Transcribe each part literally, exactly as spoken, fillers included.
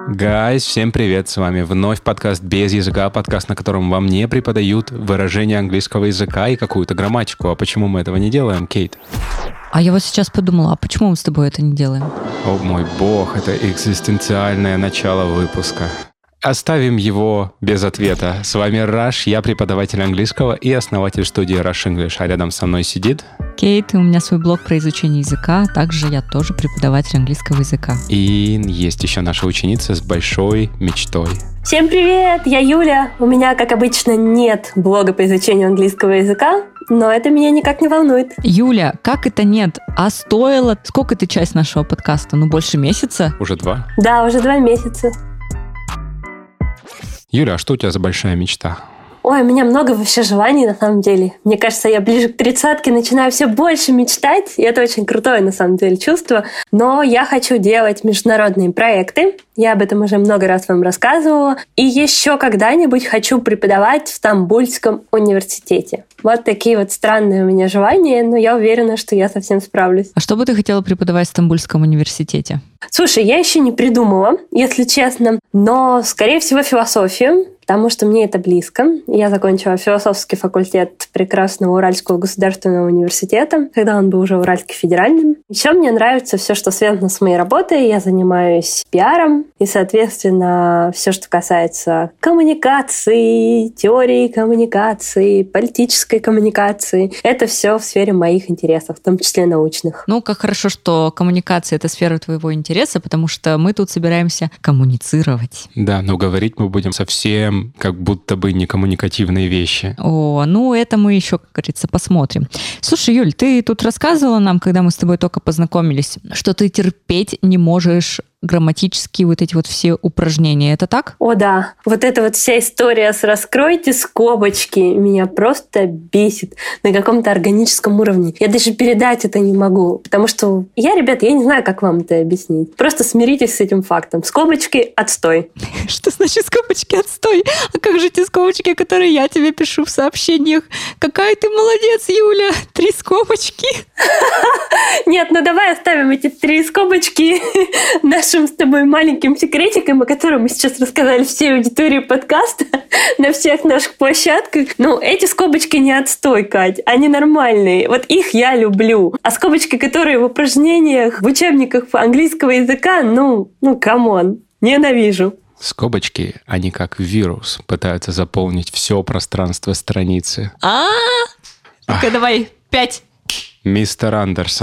Гайс, всем привет, с вами вновь подкаст «Без языка», подкаст, на котором вам не преподают выражение английского языка и какую-то грамматику. А почему мы этого не делаем, Кейт? А я вот сейчас подумала, а почему мы с тобой это не делаем? О мой бог, это экзистенциальное начало выпуска. Оставим его без ответа. С вами Раш, я преподаватель английского и основатель студии Rush English, а рядом со мной сидит... Кейт, и у меня свой блог про изучение языка, также я тоже преподаватель английского языка. И есть еще наша ученица с большой мечтой. Всем привет, я Юля. У меня, как обычно, нет блога по изучению английского языка, но это меня никак не волнует. Юля, как это нет? А стоило... Сколько ты часть нашего подкаста? Ну, больше месяца? Уже два? Да, уже два месяца. Юля, а что у тебя за большая мечта? Ой, у меня много вообще желаний, на самом деле. Мне кажется, я ближе к тридцатке начинаю все больше мечтать, и это очень крутое, на самом деле, чувство. Но я хочу делать международные проекты. Я об этом уже много раз вам рассказывала. И еще когда-нибудь хочу преподавать в Стамбульском университете. Вот такие вот странные у меня желания, но я уверена, что я совсем справлюсь. А что бы ты хотела преподавать в Стамбульском университете? Слушай, я еще не придумала, если честно, но, скорее всего, философию, потому что мне это близко. Я закончила философский факультет прекрасного Уральского государственного университета, когда он был уже Уральский федеральным. Еще мне нравится все, что связано с моей работой. Я занимаюсь пиаром, и, соответственно, все, что касается коммуникации, теории коммуникации, политической коммуникации, это все в сфере моих интересов, в том числе научных. Ну, как хорошо, что коммуникация — это сфера твоего интереса, потому что мы тут собираемся коммуницировать. Да, но говорить мы будем совсем как будто бы некоммуникативные вещи. О, ну это мы еще, как говорится, посмотрим. Слушай, Юль, ты тут рассказывала нам, когда мы с тобой только познакомились, что ты терпеть не можешь грамматические вот эти вот все упражнения. Это так? О, да. Вот эта вот вся история с «раскройте скобочки» меня просто бесит на каком-то органическом уровне. Я даже передать это не могу, потому что я, ребят, я не знаю, как вам это объяснить. Просто смиритесь с этим фактом. Скобочки — отстой. Что значит скобочки — отстой? А как же те скобочки, которые я тебе пишу в сообщениях? Какая ты молодец, Юля! Три скобочки. Нет, ну давай оставим эти три скобочки нашим с тобой маленьким секретиком, о котором мы сейчас рассказали всей аудитории подкаста на всех наших площадках. Ну, эти скобочки не отстой, Кать, они нормальные. Вот их я люблю. А скобочки, которые в упражнениях, в учебниках английского языка, ну, ну, камон, ненавижу. Скобочки, они как вирус, пытаются заполнить все пространство страницы. А, ну-ка давай, пять. Мистер Андерсон.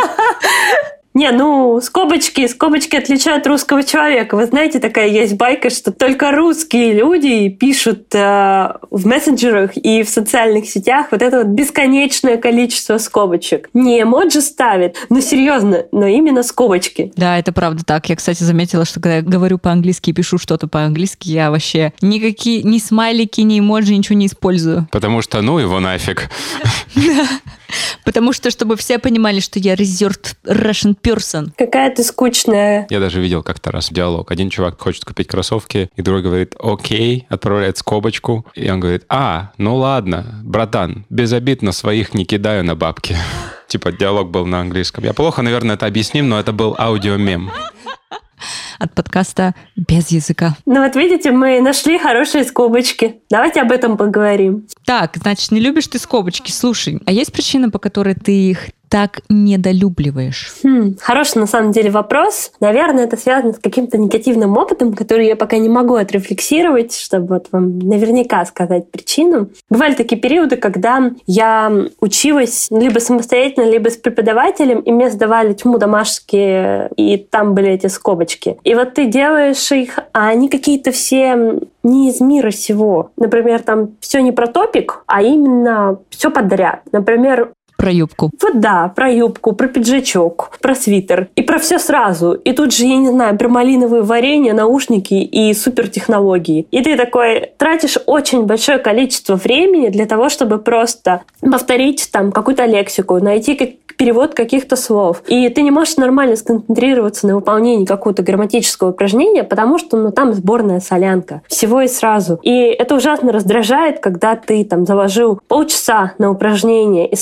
Не, ну, скобочки, скобочки отличают русского человека. Вы знаете, такая есть байка, что только русские люди пишут э, в мессенджерах и в социальных сетях вот это вот бесконечное количество скобочек. Не эмоджи ставят, ну, серьезно, но именно скобочки. Да, это правда так. Я, кстати, заметила, что когда я говорю по-английски и пишу что-то по-английски, я вообще никакие, ни смайлики, ни эмоджи, ничего не использую. Потому что ну его нафиг. Да. Потому что, чтобы все понимали, что я reserved Russian person. Какая ты скучная. Я даже видел как-то раз диалог. Один чувак хочет купить кроссовки, и другой говорит «Окей», отправляет скобочку. И он говорит «А, ну ладно, братан, без обид, но своих не кидаю на бабки». Типа диалог был на английском. Я плохо, наверное, это объясним, но это был аудиомем. От подкаста «Без языка». Ну вот видите, мы нашли хорошие скобочки. Давайте об этом поговорим. Так, значит, не любишь ты скобочки. Слушай, а есть причина, по которой ты их так недолюбливаешь? Хм, хороший на самом деле вопрос. Наверное, это связано с каким-то негативным опытом, который я пока не могу отрефлексировать, чтобы вот вам наверняка сказать причину. Бывали такие периоды, когда я училась либо самостоятельно, либо с преподавателем, и мне сдавали тьму домашние, и там были эти скобочки. И вот ты делаешь их, а они какие-то все не из мира сего. Например, там все не про топик, а именно все подряд. Например, Про юбку. Вот да, про юбку, про пиджачок, про свитер. И про все сразу. И тут же, я не знаю, про малиновые варенья, наушники и супертехнологии. И ты такой тратишь очень большое количество времени для того, чтобы просто повторить там какую-то лексику, найти как перевод каких-то слов. И ты не можешь нормально сконцентрироваться на выполнении какого-то грамматического упражнения, потому что ну, там сборная солянка. Всего и сразу. И это ужасно раздражает, когда ты там заложил полчаса на упражнение и собираешься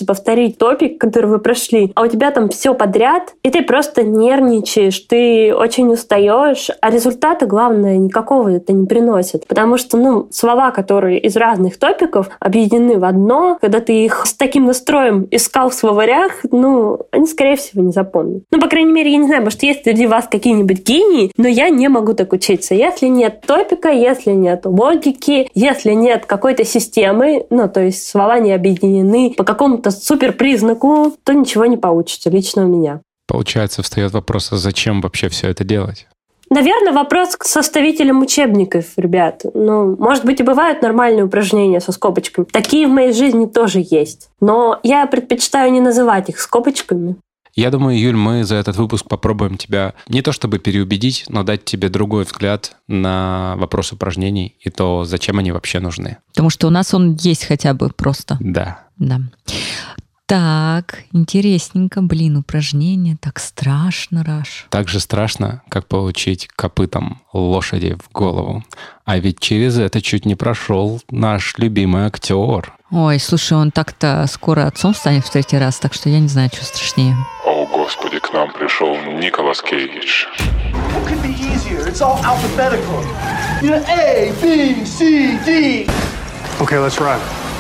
пытаешься повторить топик, который вы прошли, а у тебя там все подряд, и ты просто нервничаешь, ты очень устаешь, а результата, главное, никакого это не приносит. Потому что, ну, слова, которые из разных топиков объединены в одно, когда ты их с таким настроем искал в словарях, ну, они, скорее всего, не запомнят. Ну, по крайней мере, я не знаю, может, есть среди вас какие-нибудь гении, но я не могу так учиться. Если нет топика, если нет логики, если нет какой-то системы, ну, то есть слова не объединены по какому-то суперпризнаку, то ничего не получится лично у меня. Получается, встает вопрос, а зачем вообще все это делать? Наверное, вопрос к составителям учебников, ребят. Ну, может быть, и бывают нормальные упражнения со скобочками. Такие в моей жизни тоже есть. Но я предпочитаю не называть их скобочками. Я думаю, Юль, мы за этот выпуск попробуем тебя не то чтобы переубедить, но дать тебе другой взгляд на вопрос упражнений и то, зачем они вообще нужны. Потому что у нас он есть хотя бы просто. Да. Да. Так, интересненько. Блин, упражнение. Так страшно, Раш. Так же страшно, как получить копытом лошади в голову. А ведь через это чуть не прошел наш любимый актер. Ой, слушай, он так-то скоро отцом станет в третий раз, так что я не знаю, что страшнее. О, Господи, к нам пришел Николас Кейдж. What could be easier? It's all alphabetical. You know, A, B, C, D. Okay, let's run.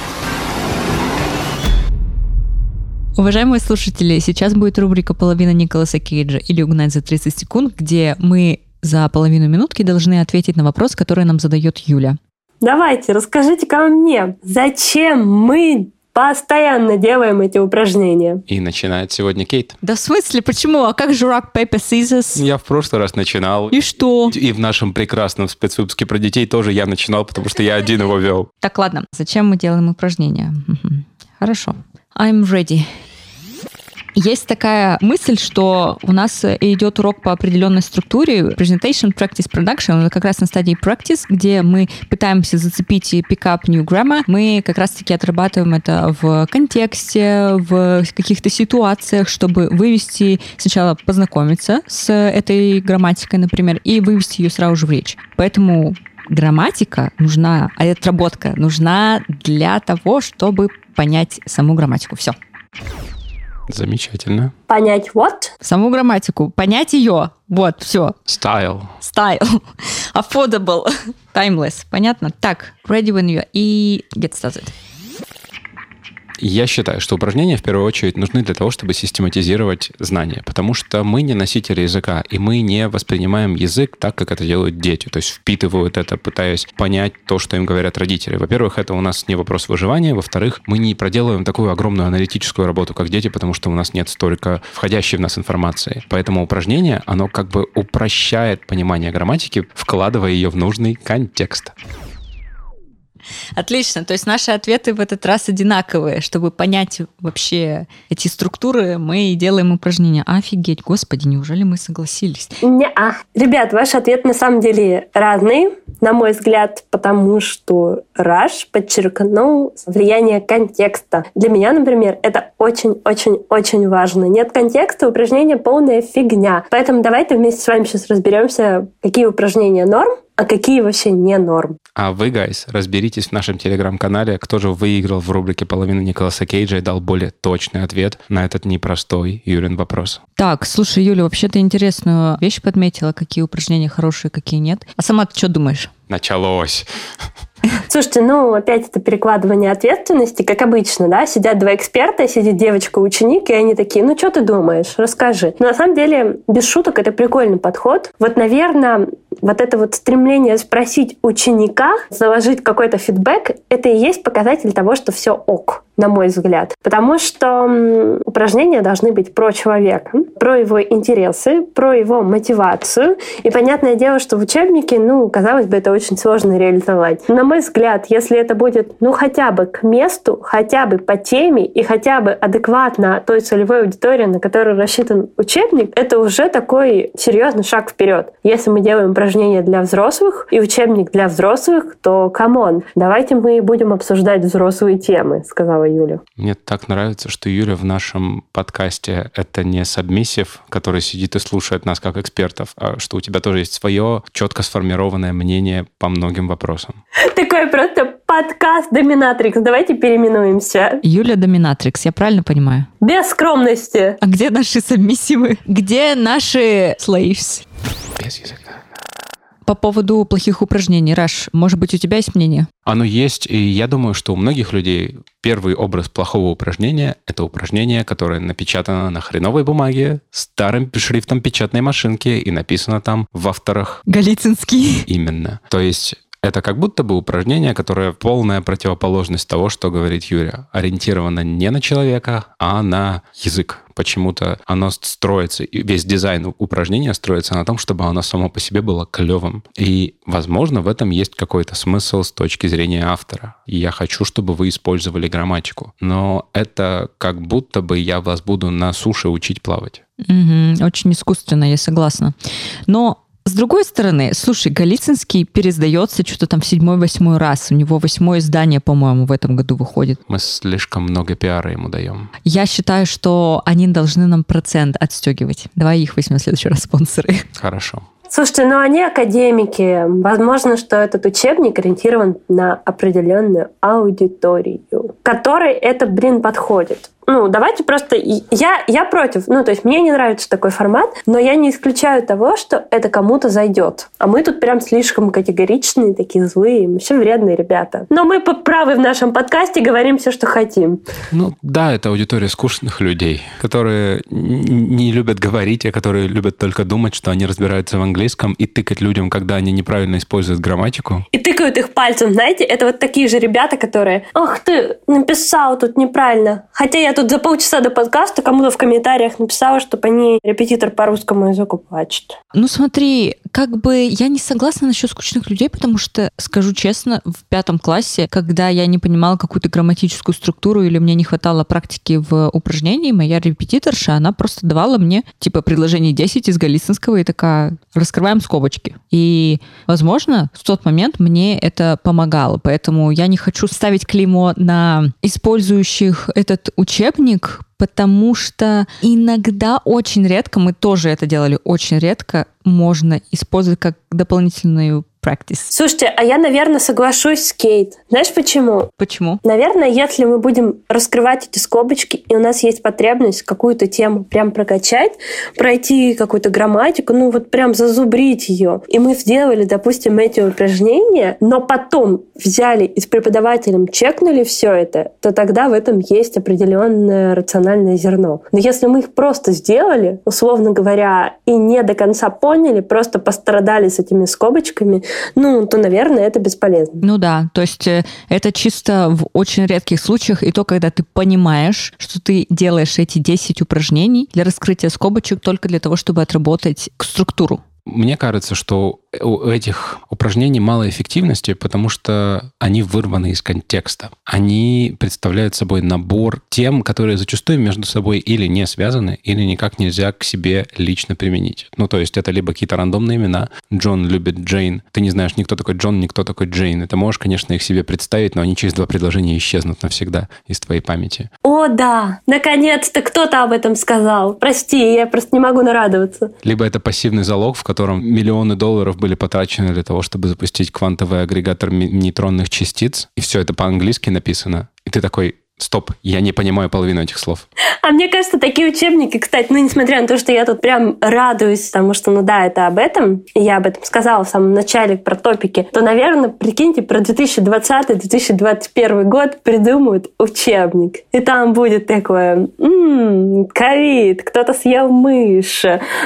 Уважаемые слушатели, сейчас будет рубрика «Половина Николаса Кейджа» или «Угнать за тридцать секунд», где мы за половину минутки должны ответить на вопрос, который нам задает Юля. Давайте, расскажите ко мне, зачем мы постоянно делаем эти упражнения? И начинает сегодня Кейт. Да в смысле? Почему? А как же rock, paper, scissors? Я в прошлый раз начинал. И что? И в нашем прекрасном спецвыпуске про детей тоже я начинал, потому что я один его вел. Так, ладно. Зачем мы делаем упражнения? Хорошо. I'm ready. Есть такая мысль, что у нас идет урок по определенной структуре. Presentation, Practice, Production. Это как раз на стадии Practice, где мы пытаемся зацепить pick up new grammar. Мы как раз-таки отрабатываем это в контексте, в каких-то ситуациях, чтобы вывести, сначала познакомиться с этой грамматикой, например, и вывести ее сразу же в речь. Поэтому грамматика нужна, а отработка нужна для того, чтобы понять саму грамматику. Все. Замечательно. Понять what? Саму грамматику. Понять ее. Вот, все. Style. Style. Affordable. Timeless. Понятно? Так, ready when you are. И get started. Я считаю, что упражнения в первую очередь нужны для того, чтобы систематизировать знания, потому что мы не носители языка, и мы не воспринимаем язык так, как это делают дети, то есть впитывают это, пытаясь понять то, что им говорят родители. Во-первых, это у нас не вопрос выживания, во-вторых, мы не проделываем такую огромную аналитическую работу, как дети, потому что у нас нет столько входящей в нас информации. Поэтому упражнение, оно как бы упрощает понимание грамматики, вкладывая ее в нужный контекст. Отлично. То есть наши ответы в этот раз одинаковые. Чтобы понять вообще эти структуры, мы делаем упражнения. Офигеть, господи, неужели мы согласились? Не-а. Ребят, ваш ответ на самом деле разный, на мой взгляд, потому что Раш подчеркнул влияние контекста. Для меня, например, это очень-очень-очень важно. Нет контекста, упражнение полная фигня. Поэтому давайте вместе с вами сейчас разберемся, какие упражнения норм, а какие вообще не норм. А вы, гайс, разберитесь в нашем телеграм-канале, кто же выиграл в рубрике «Половина Николаса Кейджа» и дал более точный ответ на этот непростой Юлин вопрос. Так, слушай, Юля, вообще ты интересную вещь подметила, какие упражнения хорошие, какие нет. А сама ты что думаешь? Началось. Слушайте, ну, опять это перекладывание ответственности, как обычно, да, сидят два эксперта, сидит девочка-ученик, и они такие, ну, что ты думаешь, расскажи. Но на самом деле, без шуток, это прикольный подход. Вот, наверное, вот это вот стремление спросить ученика, заложить какой-то фидбэк, это и есть показатель того, что все ок, на мой взгляд. Потому что упражнения должны быть про человека, про его интересы, про его мотивацию. И понятное дело, что в учебнике, ну, казалось бы, это очень сложно реализовать. На мой взгляд, если это будет, ну, хотя бы к месту, хотя бы по теме и хотя бы адекватно той целевой аудитории, на которую рассчитан учебник, это уже такой серьезный шаг вперед. Если мы делаем упражнения для взрослых и учебник для взрослых, то, камон, давайте мы будем обсуждать взрослые темы, сказала Юля. Мне так нравится, что Юля в нашем подкасте — это не сабмиссив, который сидит и слушает нас как экспертов, а что у тебя тоже есть свое четко сформированное мнение по многим вопросам. Такое просто подкаст Доминатрикс. Давайте переименуемся. Юля Доминатрикс, я правильно понимаю? Без скромности. А где наши сабмиссивы? Где наши slaves? Без языка. По поводу плохих упражнений, Раш, может быть, у тебя есть мнение? Оно есть, и я думаю, что у многих людей первый образ плохого упражнения – это упражнение, которое напечатано на хреновой бумаге, старым шрифтом печатной машинки, и написано там в авторах. Голицынский. Именно. То есть это как будто бы упражнение, которое полная противоположность того, что говорит Юля. Ориентировано не на человека, а на язык. Почему-то оно строится, и весь дизайн упражнения строится на том, чтобы оно само по себе было клевым. И, возможно, в этом есть какой-то смысл с точки зрения автора. И я хочу, чтобы вы использовали грамматику. Но это как будто бы я вас буду на суше учить плавать. Угу, очень искусственно, я согласна. Но с другой стороны, слушай, Голицынский переиздается что-то там в седьмой-восьмой раз. У него восьмое издание, по-моему, в этом году выходит. Мы слишком много пиара ему даем. Я считаю, что они должны нам процент отстегивать. Давай их возьмем в следующий раз спонсоры. Хорошо. Слушайте, ну они академики. Возможно, что этот учебник ориентирован на определенную аудиторию, которой это, блин, подходит. Ну, давайте просто... Я, я против. Ну, то есть мне не нравится такой формат, но я не исключаю того, что это кому-то зайдет. А мы тут прям слишком категоричные, такие злые, мы все вредные ребята. Но мы правы в нашем подкасте, говорим все, что хотим. Ну, да, это аудитория скучных людей, которые не любят говорить, а которые любят только думать, что они разбираются в английском, и тыкать людям, когда они неправильно используют грамматику. И тыкают их пальцем, знаете? Это вот такие же ребята, которые... Ах ты, написал тут неправильно. Хотя я тут за полчаса до подкаста кому-то в комментариях написала, чтобы они репетитор по русскому языку плачет. Ну смотри, как бы я не согласна насчет скучных людей, потому что, скажу честно, в пятом классе, когда я не понимала какую-то грамматическую структуру или мне не хватало практики в упражнении, моя репетиторша, она просто давала мне типа предложение десять из Голицынского и такая, раскрываем скобочки. И, возможно, в тот момент мне это помогало, поэтому я не хочу ставить клеймо на использующих этот учебник, потому что иногда, очень редко, мы тоже это делали очень редко, можно использовать как дополнительную practice. Слушайте, а я, наверное, соглашусь с Кейт. Знаешь почему? Почему? Наверное, если мы будем раскрывать эти скобочки, и у нас есть потребность какую-то тему прям прокачать, пройти какую-то грамматику, ну вот прям зазубрить ее, и мы сделали, допустим, эти упражнения, но потом взяли и с преподавателем чекнули все это, то тогда в этом есть определенное рациональное зерно. Но если мы их просто сделали, условно говоря, и не до конца поняли, просто пострадали с этими скобочками, ну, то, наверное, это бесполезно. Ну да, то есть это чисто в очень редких случаях, и то, когда ты понимаешь, что ты делаешь эти десять упражнений для раскрытия скобочек только для того, чтобы отработать структуру. Мне кажется, что у этих упражнений мало эффективности, потому что они вырваны из контекста. Они представляют собой набор тем, которые зачастую между собой или не связаны, или никак нельзя к себе лично применить. Ну, то есть это либо какие-то рандомные имена. Джон любит Джейн. Ты не знаешь, никто такой Джон, никто такой Джейн. И ты можешь, конечно, их себе представить, но они через два предложения исчезнут навсегда из твоей памяти. О, да! Наконец-то кто-то об этом сказал. Прости, я просто не могу нарадоваться. Либо это пассивный залог, в котором миллионы долларов были потрачены для того, чтобы запустить квантовый агрегатор нейтронных частиц, и все это по-английски написано. И ты такой, стоп, я не понимаю половину этих слов. А мне кажется, такие учебники, кстати, ну, несмотря на то, что я тут прям радуюсь, потому что, ну да, это об этом, и я об этом сказала в самом начале про топики, то, наверное, прикиньте, про две тысячи двадцатый - две тысячи двадцать первый год придумают учебник. И там будет такое, ммм, ковид, кто-то съел мышь,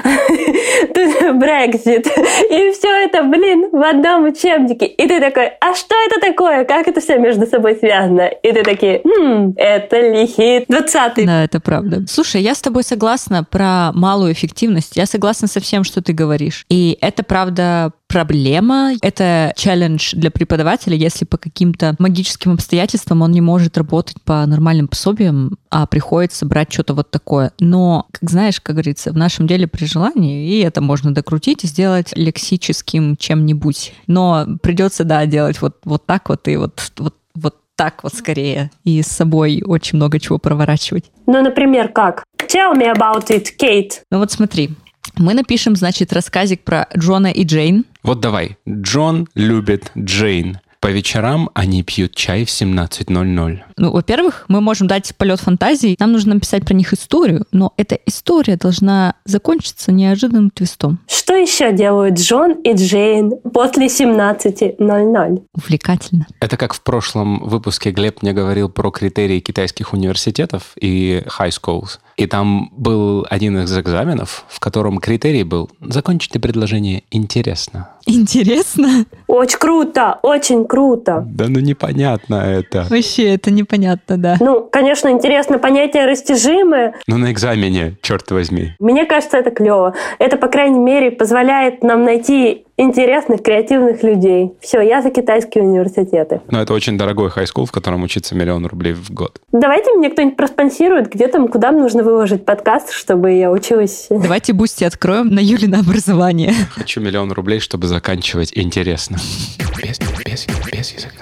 Брексит. И все это, блин, в одном учебнике. И ты такой, а что это такое? Как это все между собой связано? И ты такие, хм, это лихий двадцатый. Да, это правда. Слушай, я с тобой согласна про малую эффективность. Я согласна со всем, что ты говоришь. И это, правда, проблема. Это челлендж для преподавателя, если по каким-то магическим обстоятельствам он не может работать по нормальным пособиям, а приходится брать что-то вот такое. Но, как знаешь, как говорится, в нашем деле при желании, и это можно докрутить и сделать лексическим чем-нибудь. Но придется, да, делать вот, вот так вот и вот, вот, вот так вот скорее. И с собой очень много чего проворачивать. Ну, например, как? Tell me about it, Kate. Ну вот смотри. Мы напишем, значит, рассказик про Джона и Джейн. Вот давай. Джон любит Джейн. По вечерам они пьют чай в семнадцать ноль ноль. Ну, во-первых, мы можем дать полет фантазии, нам нужно написать про них историю, но эта история должна закончиться неожиданным твистом. Что еще делают Джон и Джейн после семнадцати ноль ноль? Увлекательно. Это как в прошлом выпуске Глеб мне говорил про критерии китайских университетов и high schools. И там был один из экзаменов, в котором критерий был «Закончите предложение интересно». Интересно? Очень круто, очень круто. Да ну непонятно это. Вообще, это непонятно, да. Ну, конечно, интересно, понятие растяжимое. Ну на экзамене, черт возьми. Мне кажется, это клево. Это, по крайней мере, позволяет нам найти интересных, креативных людей. Все, я за китайские университеты. Но это очень дорогой хай-скул, в котором учиться миллион рублей в год. Давайте мне кто-нибудь проспонсирует, где там, куда нужно выложить подкаст, чтобы я училась. Давайте Бусти откроем на Юлина образование. Хочу миллион рублей, чтобы заканчивать интересно. Без, без, без языка.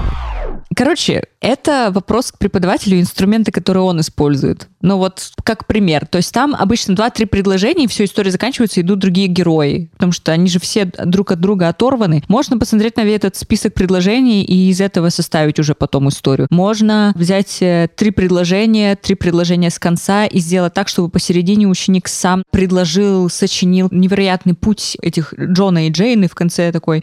Короче, это вопрос к преподавателю, инструменты, которые он использует. Ну вот, как пример. То есть там обычно два-три предложения, и все, история заканчивается, идут другие герои. Потому что они же все друг от друга оторваны. Можно посмотреть на весь этот список предложений и из этого составить уже потом историю. Можно взять три предложения, три предложения с конца и сделать так, чтобы посередине ученик сам предложил, сочинил невероятный путь этих Джона и Джейн, и в конце такой...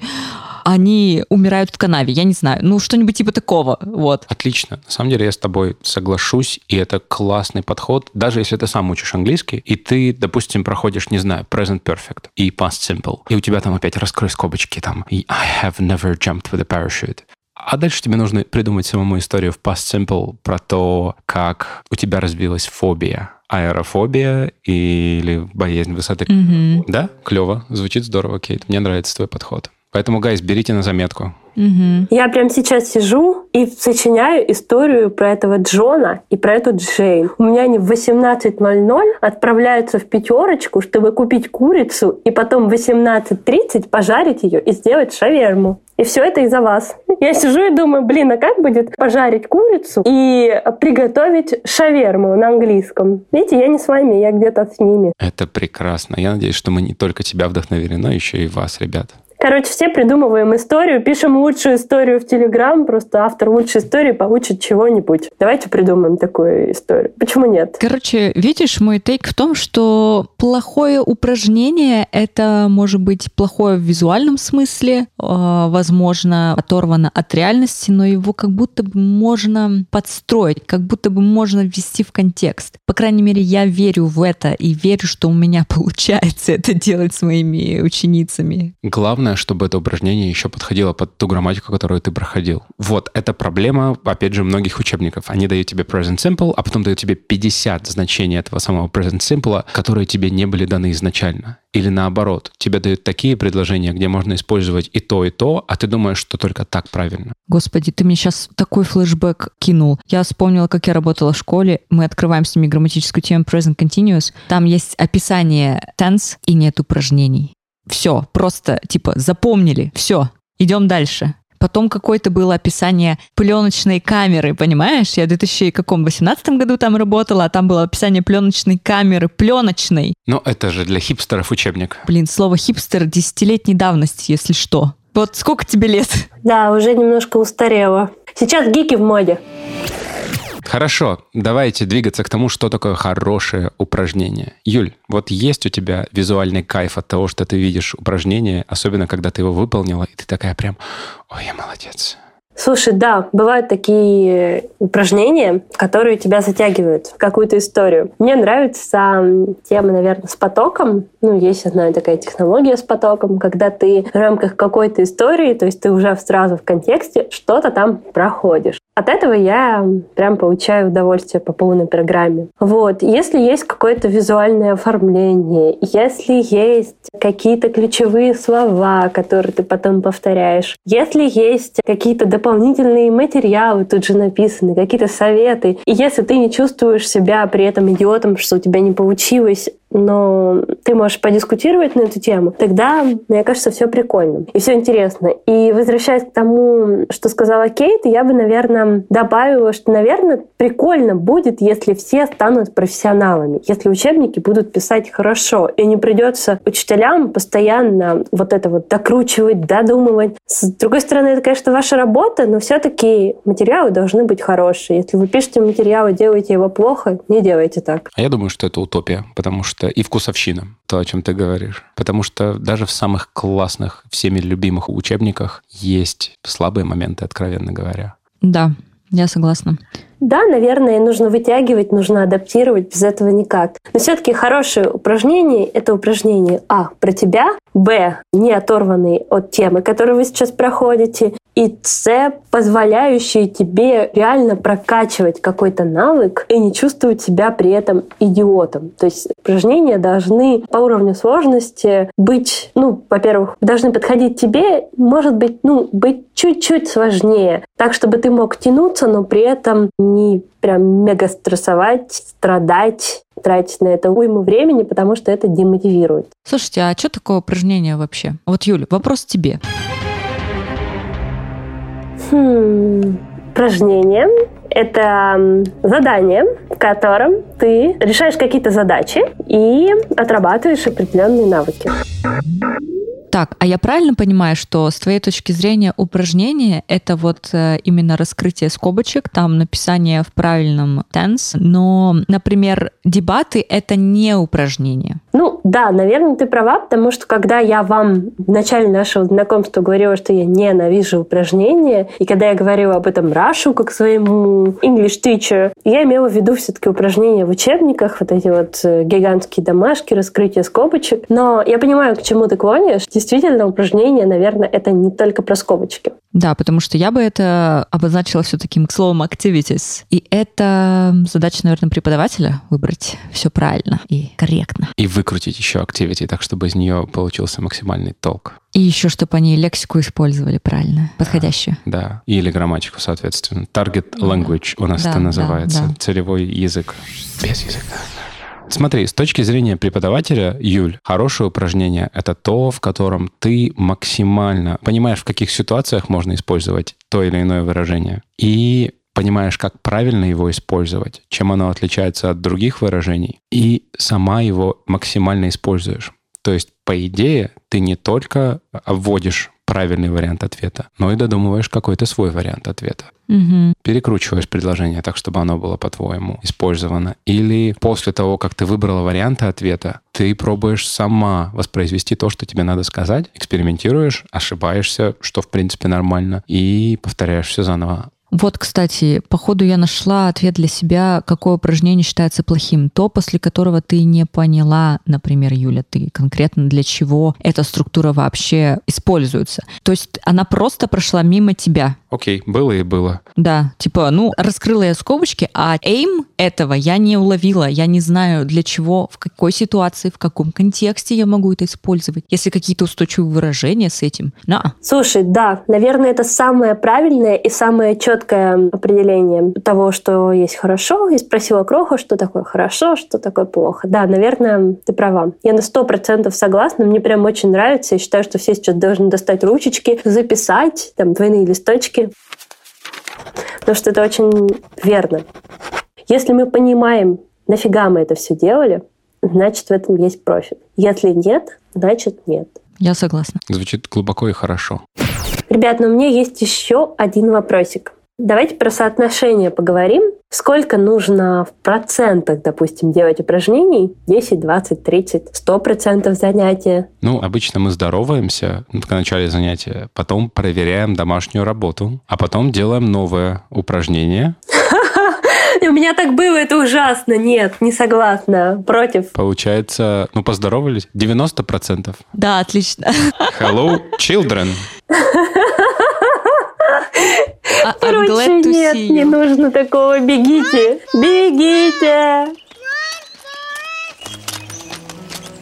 они умирают в канаве, я не знаю. Ну, что-нибудь типа такого, вот. Отлично. На самом деле я с тобой соглашусь, и это классный подход. Даже если ты сам учишь английский, и ты, допустим, проходишь, не знаю, present perfect и past simple, и у тебя там опять раскрой скобочки, там, I have never jumped with a parachute. А дальше тебе нужно придумать самому историю в past simple про то, как у тебя развилась фобия. Аэрофобия или боязнь высоты. Mm-hmm. Да? Клево. Звучит здорово, Кейт. Мне нравится твой подход. Поэтому, гайс, берите на заметку. Угу. Я прямо сейчас сижу и сочиняю историю про этого Джона и про эту Джейн. У меня они в восемнадцать ноль ноль отправляются в пятерочку, чтобы купить курицу, и потом в восемнадцать тридцать пожарить ее и сделать шаверму. И все это из-за вас. Я сижу и думаю, блин, а как будет пожарить курицу и приготовить шаверму на английском? Видите, я не с вами, я где-то с ними. Это прекрасно. Я надеюсь, что мы не только тебя вдохновили, но еще и вас, ребят. Короче, все придумываем историю, пишем лучшую историю в Телеграм, просто автор лучшей истории получит чего-нибудь. Давайте придумаем такую историю. Почему нет? Короче, видишь, мой тейк в том, что плохое упражнение — это может быть плохое в визуальном смысле, возможно, оторвано от реальности, но его как будто бы можно подстроить, как будто бы можно ввести в контекст. По крайней мере, я верю в это и верю, что у меня получается это делать с моими ученицами. Главное, чтобы это упражнение еще подходило под ту грамматику, которую ты проходил. Вот, это проблема, опять же, многих учебников. Они дают тебе present simple, а потом дают тебе пятьдесят значений этого самого present simple, которые тебе не были даны изначально. Или наоборот, тебе дают такие предложения, где можно использовать и то, и то, а ты думаешь, что только так правильно. Господи, ты мне сейчас такой флешбэк кинул. Я вспомнила, как я работала в школе. Мы открываем с ними грамматическую тему present continuous. Там есть описание tense и нет упражнений. Все, просто типа запомнили, все, идем дальше. Потом какое-то было описание пленочной камеры, понимаешь? Я в две тысячи восемнадцатом году там работала, а там было описание пленочной камеры, пленочной. Но это же для хипстеров учебник. Блин, слово хипстер десятилетней давности, если что. Вот сколько тебе лет? Да, уже немножко устарело. Сейчас гики в моде. Хорошо, давайте двигаться к тому, что такое хорошее упражнение. Юль, вот есть у тебя визуальный кайф от того, что ты видишь упражнение, особенно когда ты его выполнила, и ты такая прям, ой, я молодец. Слушай, да, бывают такие упражнения, которые тебя затягивают в какую-то историю. Мне нравится тема, наверное, с потоком. Ну, есть одна такая технология с потоком, когда ты в рамках какой-то истории, то есть ты уже сразу в контексте, что-то там проходишь. От этого я прям получаю удовольствие по полной программе. Вот. Если есть какое-то визуальное оформление, если есть какие-то ключевые слова, которые ты потом повторяешь, если есть какие-то дополнительные материалы тут же написаны, какие-то советы, и если ты не чувствуешь себя при этом идиотом, что у тебя не получилось, но ты можешь подискутировать на эту тему, тогда, мне кажется, все прикольно и все интересно. И возвращаясь к тому, что сказала Кейт, я бы, наверное, добавила, что, наверное, прикольно будет, если все станут профессионалами, если учебники будут писать хорошо, и не придется учителям постоянно вот это вот докручивать, додумывать. С другой стороны, это, конечно, ваша работа, но все-таки материалы должны быть хорошие. Если вы пишете материал и делаете его плохо, не делайте так. А я думаю, что это утопия, потому что и вкусовщина, то, о чем ты говоришь. Потому что даже в самых классных, всеми любимых учебниках есть слабые моменты, откровенно говоря. Да, я согласна. Да, наверное, нужно вытягивать, нужно адаптировать, без этого никак. Но все-таки хорошее упражнение — это упражнение а. про тебя, б. не оторванные от темы, которую вы сейчас проходите, и с. позволяющие тебе реально прокачивать какой-то навык и не чувствовать себя при этом идиотом. То есть упражнения должны по уровню сложности быть, ну, во-первых, должны подходить тебе, может быть, ну, быть чуть-чуть сложнее, так, чтобы ты мог тянуться, но при этом не прям мега стрессовать, страдать, тратить на это уйму времени, потому что это демотивирует. Слушайте, а что такое упражнение вообще? Вот, Юля, вопрос тебе. Хм, упражнение — это задание, в котором ты решаешь какие-то задачи и отрабатываешь определенные навыки. Так, а я правильно понимаю, что с твоей точки зрения упражнение — это вот э, именно раскрытие скобочек, там написание в правильном tense, но, например, дебаты — это не упражнение? Ну да, наверное, ты права, потому что когда я вам в начале нашего знакомства говорила, что я ненавижу упражнения, и когда я говорила об этом Рашу как своему English teacher, я имела в виду все-таки упражнения в учебниках, вот эти вот гигантские домашки, раскрытие скобочек. Но я понимаю, к чему ты клонишь. Действительно, упражнение, наверное, это не только про скобочки. Да, потому что я бы это обозначила все таким словом activities. И это задача, наверное, преподавателя выбрать все правильно и корректно. И выкрутить еще activity, так, чтобы из нее получился максимальный толк. И еще, чтобы они лексику использовали правильно, подходящую. Да, или грамматику, соответственно. Target language у нас да, это называется. Да, да. Целевой язык. Без языка. Смотри, с точки зрения преподавателя, Юль, хорошее упражнение — это то, в котором ты максимально понимаешь, в каких ситуациях можно использовать то или иное выражение, и понимаешь, как правильно его использовать, чем оно отличается от других выражений, и сама его максимально используешь. То есть, по идее, ты не только вводишь правильный вариант ответа, но и додумываешь какой-то свой вариант ответа. Угу. Перекручиваешь предложение так, чтобы оно было, по-твоему, использовано. Или после того, как ты выбрала варианты ответа, ты пробуешь сама воспроизвести то, что тебе надо сказать, экспериментируешь, ошибаешься, что, в принципе, нормально, и повторяешь все заново. Вот, кстати, походу я нашла ответ для себя, какое упражнение считается плохим. То, после которого ты не поняла, например, Юля, ты конкретно для чего эта структура вообще используется. То есть она просто прошла мимо тебя. Окей, было и было. Да, типа, ну, раскрыла я скобочки, а aim этого я не уловила. Я не знаю, для чего, в какой ситуации, в каком контексте я могу это использовать. Если какие-то устойчивые выражения с этим. На. Слушай, да, наверное, это самое правильное и самое четкое определение того, что есть хорошо. И спросила Кроха, что такое хорошо, что такое плохо. Да, наверное, ты права. Я на сто процентов согласна. Мне прям очень нравится. Я считаю, что все сейчас должны достать ручечки, записать, там, двойные листочки. Потому что это очень верно. Если мы понимаем, нафига мы это все делали, значит, в этом есть профит. Если нет, значит, нет. Я согласна. Звучит глубоко и хорошо. Ребят, но у меня есть еще один вопросик. Давайте про соотношение поговорим. Сколько нужно в процентах, допустим, делать упражнений? десять, двадцать, тридцать, сто процентов занятия? Ну, обычно мы здороваемся в начале занятия, потом проверяем домашнюю работу, а потом делаем новое упражнение. У меня так было, это ужасно. Нет, не согласна. Против. Получается, ну, поздоровались, девяносто процентов. Да, отлично. Hello, children. Короче, нет, не нужно такого. Бегите, бегите.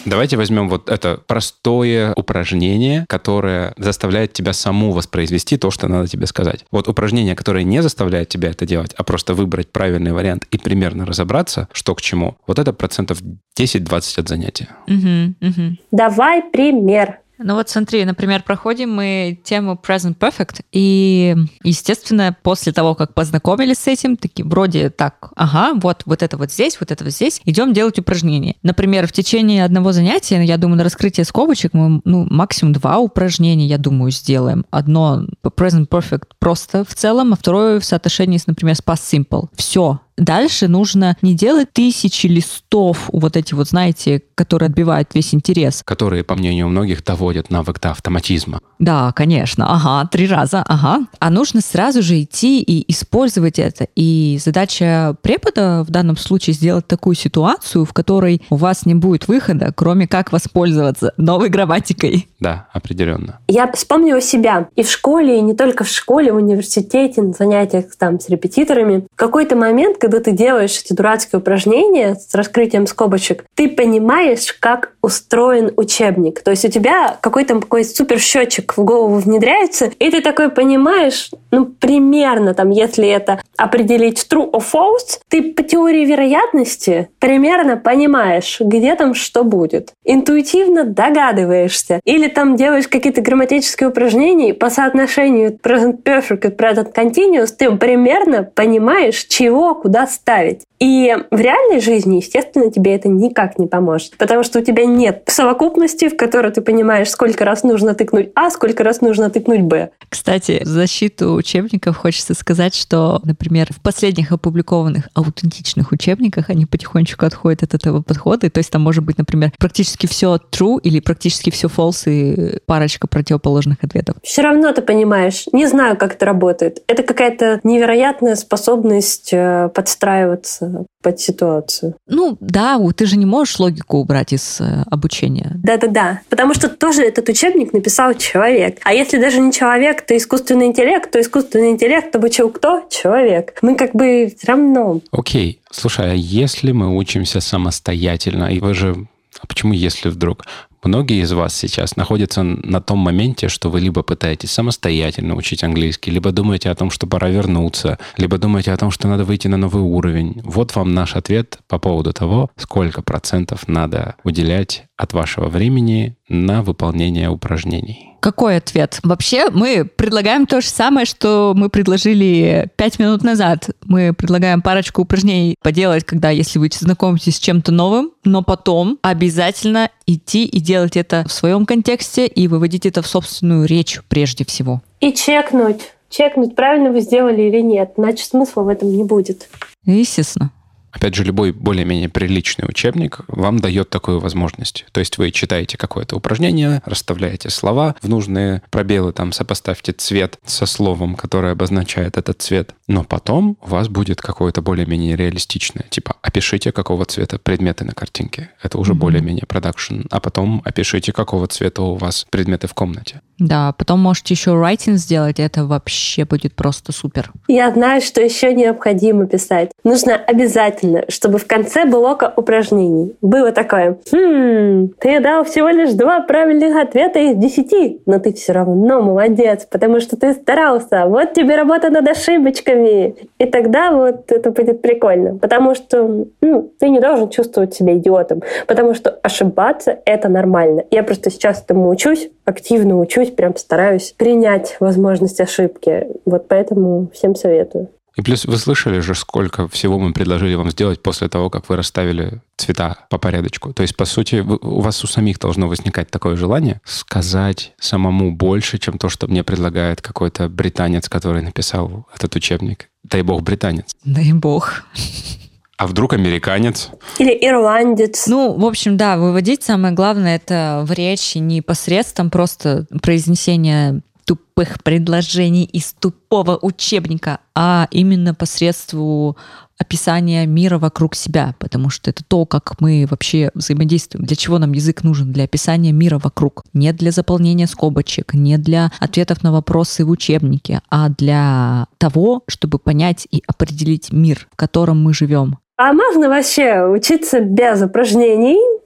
Давайте возьмем вот это простое упражнение, которое заставляет тебя саму воспроизвести то, что надо тебе сказать. Вот упражнение, которое не заставляет тебя это делать, а просто выбрать правильный вариант и примерно разобраться, что к чему, вот это процентов десять-двадцать от занятия. Угу, угу. Давай пример. Ну вот смотри, например, проходим мы тему Present Perfect, и, естественно, после того, как познакомились с этим, такие вроде так, ага, вот, вот это вот здесь, вот это вот здесь, идем делать упражнения. Например, в течение одного занятия, я думаю, на раскрытие скобочек мы, ну, максимум два упражнения, я думаю, сделаем. Одно Present Perfect просто в целом, а второе в соотношении, с, например, с Past Simple. Все. Дальше нужно не делать тысячи листов, вот эти вот, знаете, которые отбивают весь интерес. Которые, по мнению многих, доводят навык до автоматизма. Да, конечно, ага, три раза, ага. А нужно сразу же идти и использовать это. И задача препода в данном случае сделать такую ситуацию, в которой у вас не будет выхода, кроме как воспользоваться новой грамматикой. Да, определенно. Я вспомнила себя. И в школе, и не только в школе, в университете, на занятиях там с репетиторами. В какой-то момент, когда ты делаешь эти дурацкие упражнения с раскрытием скобочек, ты понимаешь, как устроен учебник. То есть у тебя какой-то такой суперсчетчик в голову внедряется, и ты такой понимаешь, ну, примерно, там, если это определить true or false, ты по теории вероятности примерно понимаешь, где там что будет. Интуитивно догадываешься. Или там делаешь какие-то грамматические упражнения, и по соотношению present perfect и present continuous ты примерно понимаешь, чего куда ставить. И в реальной жизни, естественно, тебе это никак не поможет, потому что у тебя нет совокупности, в которой ты понимаешь, сколько раз нужно тыкнуть А, сколько раз нужно тыкнуть Б. Кстати, в защиту учебников хочется сказать, что, например, в последних опубликованных аутентичных учебниках они потихонечку отходят от этого подхода, то есть там может быть, например, практически все true или практически все false и парочка противоположных ответов. Все равно ты понимаешь, не знаю, как это работает. Это какая-то невероятная способность подстраиваться под ситуацию. Ну да, ты же не можешь логику убрать из э, обучения. Да-да-да, потому что тоже этот учебник написал человек. А если даже не человек, то искусственный интеллект, то искусственный интеллект обучил кто? Человек. Мы как бы все равно... Окей, слушай, а если мы учимся самостоятельно, и вы же... А почему если вдруг? Многие из вас сейчас находятся на том моменте, что вы либо пытаетесь самостоятельно учить английский, либо думаете о том, что пора вернуться, либо думаете о том, что надо выйти на новый уровень. Вот вам наш ответ по поводу того, сколько процентов надо уделять от вашего времени на выполнение упражнений. Какой ответ? Вообще мы предлагаем то же самое, что мы предложили пять минут назад. Мы предлагаем парочку упражнений поделать, когда, если вы знакомитесь с чем-то новым, но потом обязательно идти и делать это в своем контексте и выводить это в собственную речь прежде всего. И чекнуть. Чекнуть, правильно вы сделали или нет. Иначе смысла в этом не будет. Естественно. Опять же, любой более-менее приличный учебник вам дает такую возможность. То есть вы читаете какое-то упражнение, расставляете слова в нужные пробелы, там сопоставьте цвет со словом, которое обозначает этот цвет. Но потом у вас будет какое-то более-менее реалистичное. Типа, опишите, какого цвета предметы на картинке. Это уже mm-hmm. более-менее продакшн. А потом опишите, какого цвета у вас предметы в комнате. Да, потом можете еще writing сделать, это вообще будет просто супер. Я знаю, что еще необходимо писать. Нужно обязательно, чтобы в конце блока упражнений было такое: «Хм, ты дал всего лишь два правильных ответа из десяти, но ты все равно молодец, потому что ты старался. Вот тебе работа над ошибочками». И тогда вот это будет прикольно, потому что ну, ты не должен чувствовать себя идиотом, потому что ошибаться — это нормально. Я просто сейчас этому учусь, активно учусь, прям стараюсь принять возможность ошибки. Вот поэтому всем советую. И плюс вы слышали же, сколько всего мы предложили вам сделать после того, как вы расставили цвета по порядочку. То есть, по сути, вы, у вас у самих должно возникать такое желание сказать самому больше, чем то, что мне предлагает какой-то британец, который написал этот учебник. Дай бог, британец. Дай бог. А вдруг американец? Или ирландец. Ну, в общем, да, выводить самое главное это в речи не посредством просто произнесения тупых предложений из тупого учебника, а именно посредством описания мира вокруг себя, потому что это то, как мы вообще взаимодействуем. Для чего нам язык нужен? Для описания мира вокруг. Не для заполнения скобочек, не для ответов на вопросы в учебнике, а для того, чтобы понять и определить мир, в котором мы живем. А можно вообще учиться без упражнений,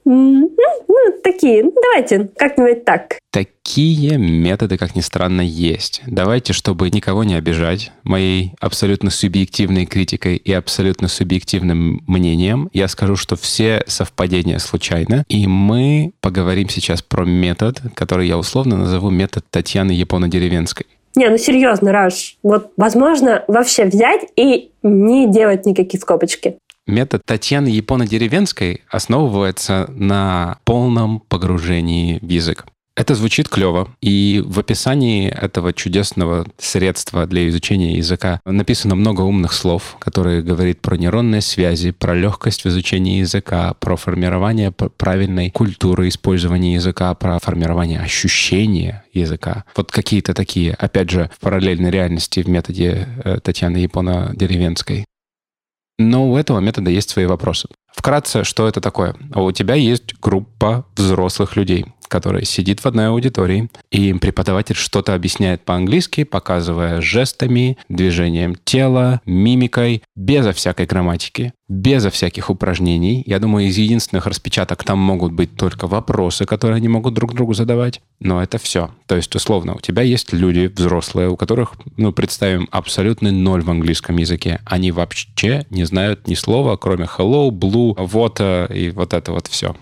Ну, такие. Ну, давайте как-нибудь так. Такие методы, как ни странно, есть. Давайте, чтобы никого не обижать моей абсолютно субъективной критикой и абсолютно субъективным мнением, я скажу, что все совпадения случайны, и мы поговорим сейчас про метод, который я условно назову метод Татьяны Японо-Деревенской. Не, ну серьезно, Раш, вот возможно вообще взять и не делать никакие скобочки. Метод Татьяны Японо-Деревенской основывается на полном погружении в язык. Это звучит клево, и в описании этого чудесного средства для изучения языка написано много умных слов, которые говорят про нейронные связи, про легкость в изучении языка, про формирование правильной культуры использования языка, про формирование ощущения языка. Вот какие-то такие, опять же, в параллельной реальности в методе Татьяны Японо-Деревенской. Но у этого метода есть свои вопросы. Вкратце, что это такое? У тебя есть группа взрослых людей, которые сидит в одной аудитории, и им преподаватель что-то объясняет по-английски, показывая жестами, движением тела, мимикой, безо всякой грамматики, безо всяких упражнений. Я думаю, из единственных распечаток там могут быть только вопросы, которые они могут друг другу задавать. Но это все. То есть, условно, у тебя есть люди взрослые, у которых, ну, представим, абсолютный ноль в английском языке. Они вообще не знают ни слова, кроме hello, blue, water и вот это вот все.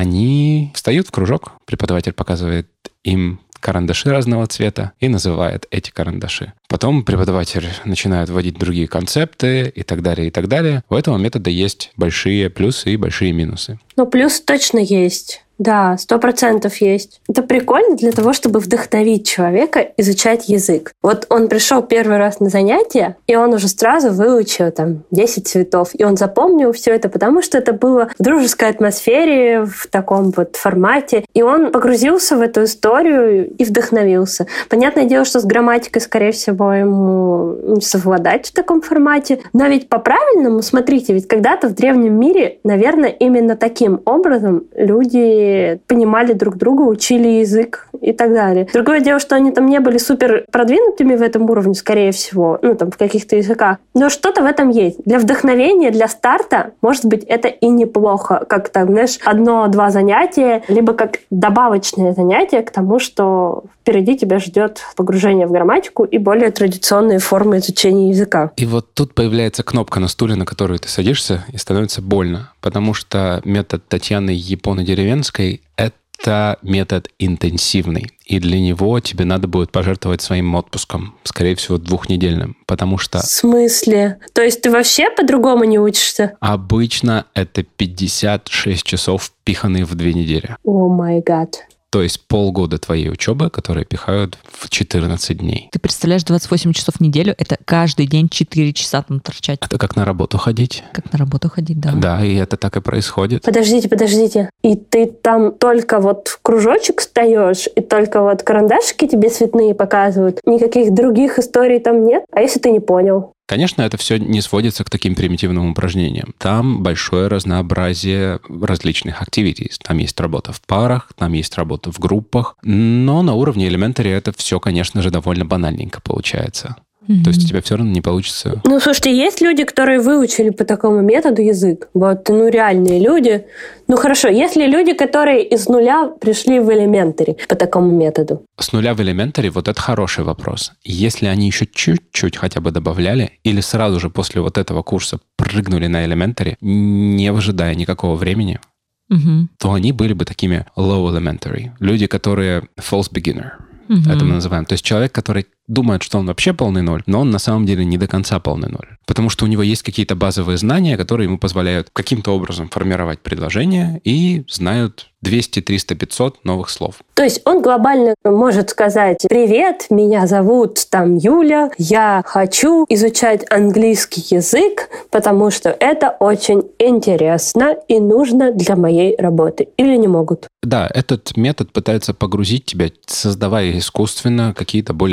Они встают в кружок, преподаватель показывает им карандаши разного цвета и называет эти карандаши. Потом преподаватель начинает вводить другие концепты и так далее, и так далее. У этого метода есть большие плюсы и большие минусы. Ну, плюс точно есть. Да, сто процентов есть. Это прикольно для того, чтобы вдохновить человека изучать язык. Вот он пришел первый раз на занятие, и он уже сразу выучил там десять цветов. И он запомнил все это, потому что это было в дружеской атмосфере, в таком вот формате. И он погрузился в эту историю и вдохновился. Понятное дело, что с грамматикой, скорее всего, ему не совладать в таком формате. Но ведь по-правильному, смотрите, ведь когда-то в древнем мире, наверное, именно таким образом люди понимали друг друга, учили язык и так далее. Другое дело, что они там не были супер продвинутыми в этом уровне, скорее всего, ну, там, в каких-то языках. Но что-то в этом есть. Для вдохновения, для старта, может быть, это и неплохо. Как там, знаешь, одно-два занятия, либо как добавочное занятие к тому, что впереди тебя ждет погружение в грамматику и более традиционные формы изучения языка. И вот тут появляется кнопка на стуле, на которую ты садишься, и становится больно. Потому что метод Татьяны Японо-Деревенской — это метод интенсивный. И для него тебе надо будет пожертвовать своим отпуском, скорее всего, двухнедельным. Потому что... В смысле? То есть ты вообще по-другому не учишься? Обычно это пятьдесят шесть часов, впиханные в две недели. О май гад. То есть полгода твоей учебы, которые пихают в четырнадцать дней. Ты представляешь, двадцать восемь часов в неделю, это каждый день четыре часа там торчать. Это как на работу ходить. Как на работу ходить, да. Да, и это так и происходит. Подождите, подождите. И ты там только вот в кружочек встаешь, и только вот карандашики тебе цветные показывают? Никаких других историй там нет? А если ты не понял? Конечно, это все не сводится к таким примитивным упражнениям. Там большое разнообразие различных activities. Там есть работа в парах, там есть работа в группах. Но на уровне Elementary это все, конечно же, довольно банальненько получается. Mm-hmm. То есть у тебя все равно не получится. Ну, слушайте, есть люди, которые выучили по такому методу язык. Вот, ну, реальные люди. Ну, хорошо, есть ли люди, которые из нуля пришли в Elementary по такому методу? С нуля в Elementary вот это хороший вопрос. Если они еще чуть-чуть хотя бы добавляли, или сразу же после вот этого курса прыгнули на Elementary, не выжидая никакого времени, mm-hmm. то они были бы такими low Elementary. Люди, которые false beginner. Mm-hmm. Это мы называем. То есть человек, который думает, что он вообще полный ноль, но он на самом деле не до конца полный ноль. Потому что у него есть какие-то базовые знания, которые ему позволяют каким-то образом формировать предложения и знают двести, триста, пятьсот новых слов. То есть он глобально может сказать: «Привет, меня зовут там Юля, я хочу изучать английский язык, потому что это очень интересно и нужно для моей работы». Или не могут? Да, этот метод пытается погрузить тебя, создавая искусственно какие-то более-менее реальные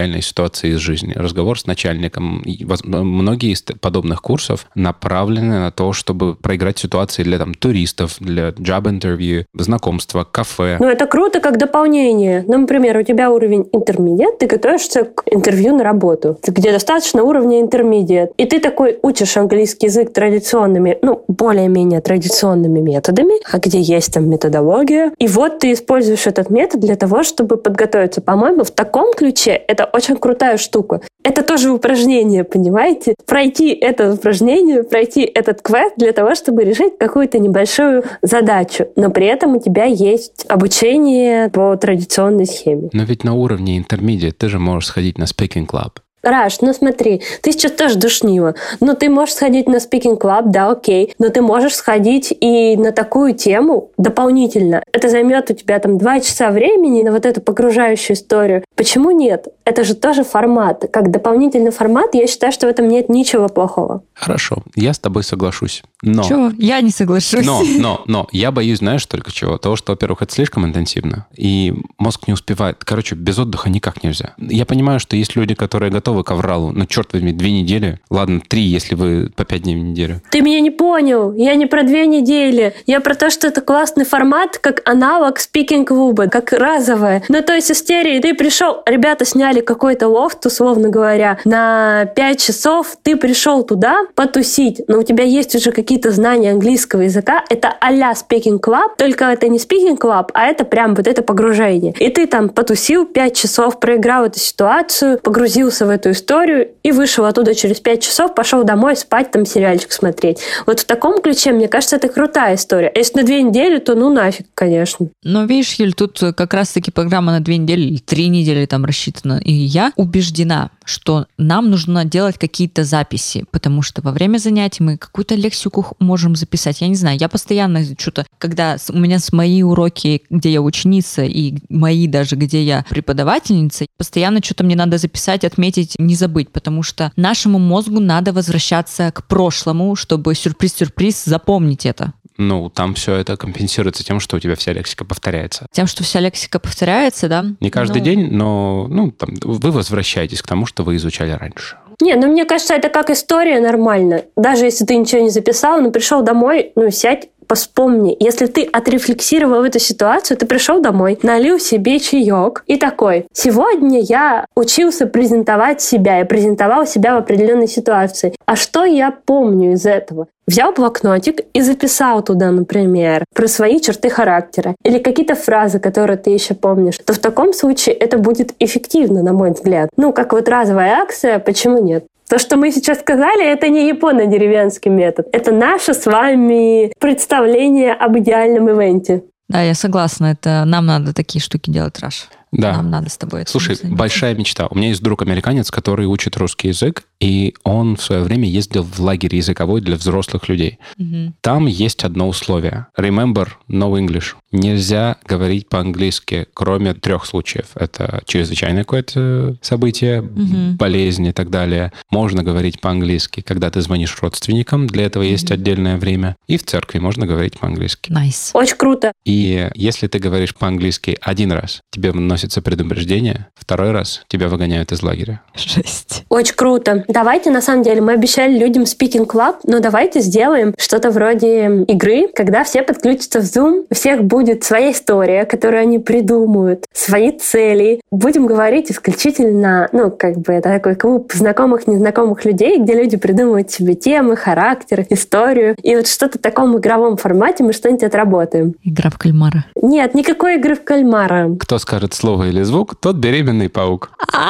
реальные ситуации из жизни. Разговор с начальником. И многие из подобных курсов направлены на то, чтобы проиграть ситуации для там, туристов, для job-интервью, знакомства, кафе. Ну, это круто как дополнение. Ну, например, у тебя уровень интермедиат, ты готовишься к интервью на работу, где достаточно уровня интермедиат. И ты такой учишь английский язык традиционными, ну, более-менее традиционными методами, а где есть там методология. И вот ты используешь этот метод для того, чтобы подготовиться. По-моему, в таком ключе это очень крутая штука. Это тоже упражнение, понимаете? Пройти это упражнение, пройти этот квест для того, чтобы решить какую-то небольшую задачу. Но при этом у тебя есть обучение по традиционной схеме. Но ведь на уровне интермедиат ты же можешь сходить на speaking club. Раш, ну смотри, ты сейчас тоже душнила. Ну, ты можешь сходить на Speaking Club, да, окей. Но ты можешь сходить и на такую тему дополнительно. Это займет у тебя там два часа времени на вот эту погружающую историю. Почему нет? Это же тоже формат. Как дополнительный формат, я считаю, что в этом нет ничего плохого. Хорошо, я с тобой соглашусь. Но... Чего? Я не соглашусь. Но, но, но, я боюсь, знаешь, только чего? Того, что, во-первых, это слишком интенсивно, и мозг не успевает. Короче, без отдыха никак нельзя. Я понимаю, что есть люди, которые готовы к авралу, но, черт возьми, две недели. Ладно, три, если вы по пять дней в неделю. Ты меня не понял. Я не про две недели. Я про то, что это классный формат, как аналог спикинг-клуба, как разовое. Ну, то есть из серии ты пришел, ребята сняли какой-то лофт, условно говоря, на пять часов, ты пришел туда потусить, но у тебя есть уже какие-то знания английского языка, это а-ля Speaking Club, только это не Speaking Club, а это прям вот это погружение. И ты там потусил пять часов, проиграл эту ситуацию, погрузился в эту историю и вышел оттуда через пять часов, пошел домой спать, там сериальчик смотреть. Вот в таком ключе, мне кажется, это крутая история. Если на две недели, то ну нафиг, конечно. Но видишь, Юль, тут как раз-таки программа на две недели или три недели там рассчитана. И я убеждена, что нам нужно делать какие-то записи, потому что во время занятий мы какую-то лексику можем записать. Я не знаю, я постоянно что-то, когда у меня с мои уроки, где я ученица, и мои даже, где я преподавательница, постоянно что-то мне надо записать, отметить, не забыть, потому что нашему мозгу надо возвращаться к прошлому, чтобы сюрприз-сюрприз запомнить это. Ну, там все это компенсируется тем, что у тебя вся лексика повторяется. Тем, что вся лексика повторяется, да? Не каждый ну... день, но ну, там, вы возвращаетесь к тому, что вы изучали раньше. Не, ну мне кажется, это как история нормально. Даже если ты ничего не записал, но пришел домой, ну сядь, вспомни. Если ты отрефлексировал эту ситуацию, ты пришел домой, налил себе чаек и такой: сегодня я учился презентовать себя, я презентовал себя в определенной ситуации. А что я помню из этого? Взял блокнотик и записал туда, например, про свои черты характера или какие-то фразы, которые ты еще помнишь, то в таком случае это будет эффективно, на мой взгляд. Ну, как вот разовая акция, почему нет? То, что мы сейчас сказали, это не японо-деревенский метод. Это наше с вами представление об идеальном ивенте. Да, я согласна. Это нам надо такие штуки делать, Раш. Да. Нам надо с тобой это Слушай, заниматься. большая мечта. У меня есть друг-американец, который учит русский язык, и он в свое время ездил в лагерь языковой для взрослых людей. Угу. Там есть одно условие. Remember, no English. Нельзя говорить по-английски, кроме трех случаев. Это чрезвычайное какое-то событие, угу. болезнь и так далее. Можно говорить по-английски, когда ты звонишь родственникам, для этого есть угу. отдельное время. И в церкви можно говорить по-английски. Nice. Очень круто. И если ты говоришь по-английски один раз, тебе вносится предупреждение, второй раз тебя выгоняют из лагеря. Жесть. Очень круто. Давайте, на самом деле, мы обещали людям Speaking Club, но давайте сделаем что-то вроде игры, когда все подключатся в Zoom, у всех будет своя история, которую они придумают, свои цели. Будем говорить исключительно, ну, как бы, это такой клуб знакомых, незнакомых людей, где люди придумывают себе темы, характер, историю. И вот что-то в таком игровом формате мы что-нибудь отработаем. Игра в кальмара. Нет, никакой игры в кальмара. Кто скажет слово или звук, тот беременный паук.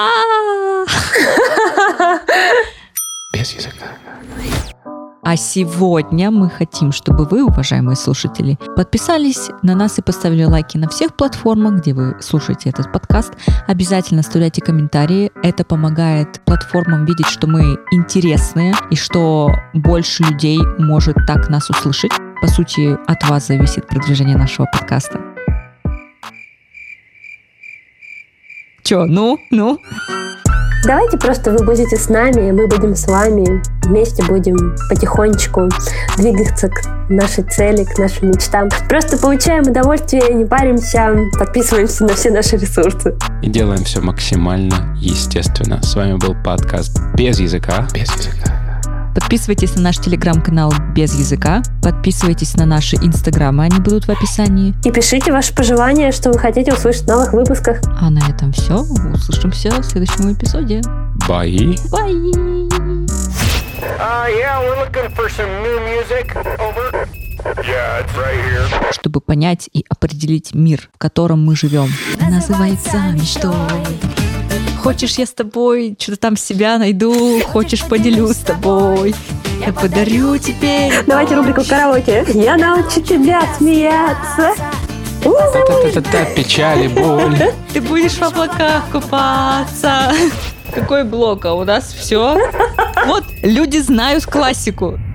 Без языка. А сегодня мы хотим, чтобы вы, уважаемые слушатели, подписались на нас и поставили лайки на всех платформах, где вы слушаете этот подкаст. Обязательно оставляйте комментарии. Это помогает платформам видеть, что мы интересные и что больше людей может так нас услышать. По сути, от вас зависит продвижение нашего подкаста. Чё, ну, ну? Давайте просто вы будете с нами, мы будем с вами. Вместе будем потихонечку двигаться к нашей цели, к нашим мечтам. Просто получаем удовольствие, не паримся, подписываемся на все наши ресурсы. И делаем все максимально естественно. С вами был подкаст «Без языка». Без языка. Подписывайтесь на наш телеграм-канал «Без языка». Подписывайтесь на наши инстаграмы, они будут в описании. И пишите ваши пожелания, что вы хотите услышать в новых выпусках. А на этом все. Услышимся в следующем эпизоде. Bye. Bye. Uh, yeah, we're looking for some new music. Over. Yeah, it's right here. Чтобы понять и определить мир, в котором мы живем. Называется мечтой. Хочешь, я с тобой что-то там себя найду, хочешь, поделюсь с тобой. Я подарю тебе... Давайте рубрику караоке. Я научу тебя смеяться. Та-та-та-та, печаль и боль. Ты будешь в облаках купаться. Какой блок? А у нас все. Вот, люди знают классику.